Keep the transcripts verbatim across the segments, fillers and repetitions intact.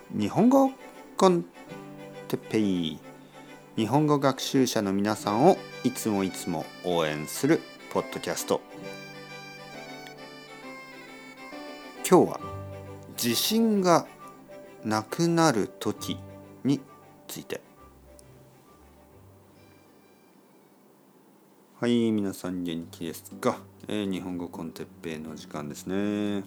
日本語コンテッペイ、日本語学習者の皆さんをいつもいつも応援するポッドキャスト。今日は自信がなくなる時について。はい、皆さん元気ですか？えー、日本語コンテッペイの時間ですね。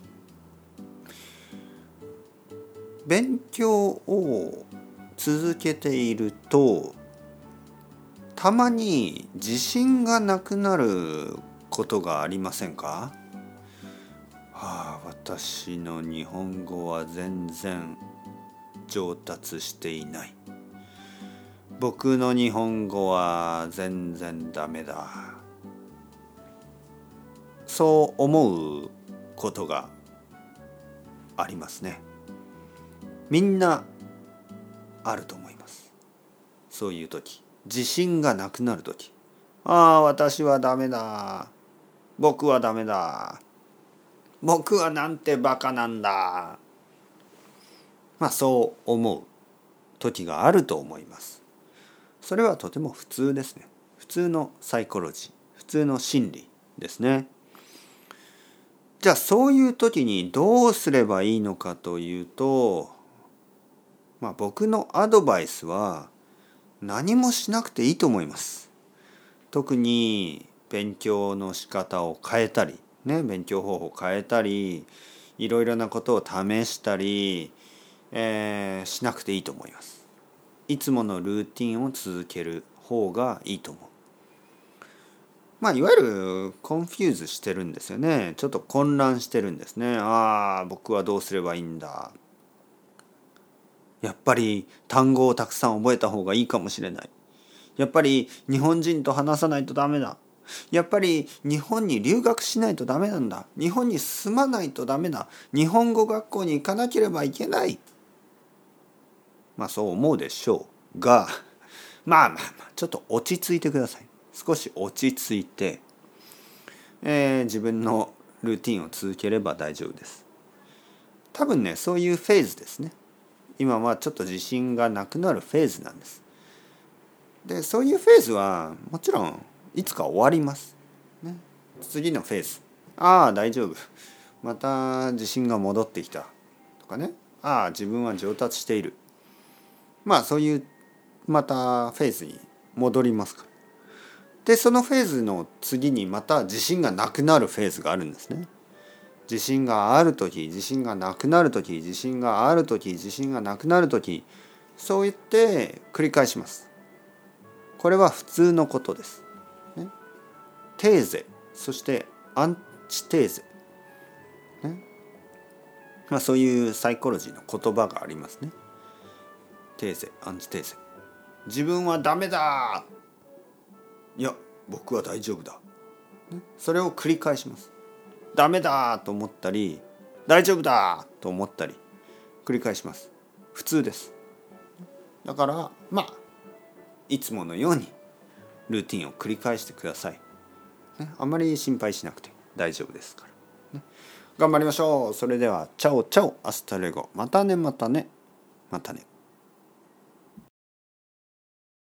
勉強を続けているとたまに自信がなくなることがありませんか？はあ、私の日本語は全然上達していない。僕の日本語は全然ダメだ。そう思うことがありますね。みんなあると思います。そういう時、自信がなくなる時、ああ、私はダメだ。僕はダメだ。僕はなんてバカなんだ。まあそう思う時があると思います。それはとても普通ですね。普通のサイコロジー、普通の心理ですね。じゃあそういう時にどうすればいいのかというと、まあ僕のアドバイスは何もしなくていいと思います。特に勉強の仕方を変えたり、ね、勉強方法を変えたり、いろいろなことを試したり、えー、しなくていいと思います。いつものルーティンを続ける方がいいと思う。まあいわゆるコンフューズしてるんですよね。ちょっと混乱してるんですね。ああ、僕はどうすればいいんだ。やっぱり単語をたくさん覚えた方がいいかもしれない。やっぱり日本人と話さないとダメだ。やっぱり日本に留学しないとダメなんだ。日本に住まないとダメだ。日本語学校に行かなければいけない。まあそう思うでしょうが、まあまあまあちょっと落ち着いてください。少し落ち着いて、えー、自分のルーティンを続ければ大丈夫です。多分ね、そういうフェーズですね。今はちょっと自信がなくなるフェーズなんです。で、そういうフェーズはもちろんいつか終わります、ね、次のフェーズ、ああ大丈夫、また自信が戻ってきたとかね、ああ自分は上達している、まあそういうまたフェーズに戻りますから。でそのフェーズの次にまた自信がなくなるフェーズがあるんですね。自信がある時、自信がなくなる時、自信がある時、自信がなくなる時、そう言って繰り返します。これは普通のことです。ね、テーゼ、そしてアンチテーゼ、ね、まあ、そういうサイコロジーの言葉がありますね。テーゼ、アンチテーゼ。自分はダメだ。いや、僕は大丈夫だ。ね、それを繰り返します。ダメだと思ったり、大丈夫だと思ったり、繰り返します。普通です。だからまあいつものようにルーティンを繰り返してください。ね、あまり心配しなくて大丈夫ですから、ね、頑張りましょう。それではチャオチャオアスタレゴ、またねまたねまたね。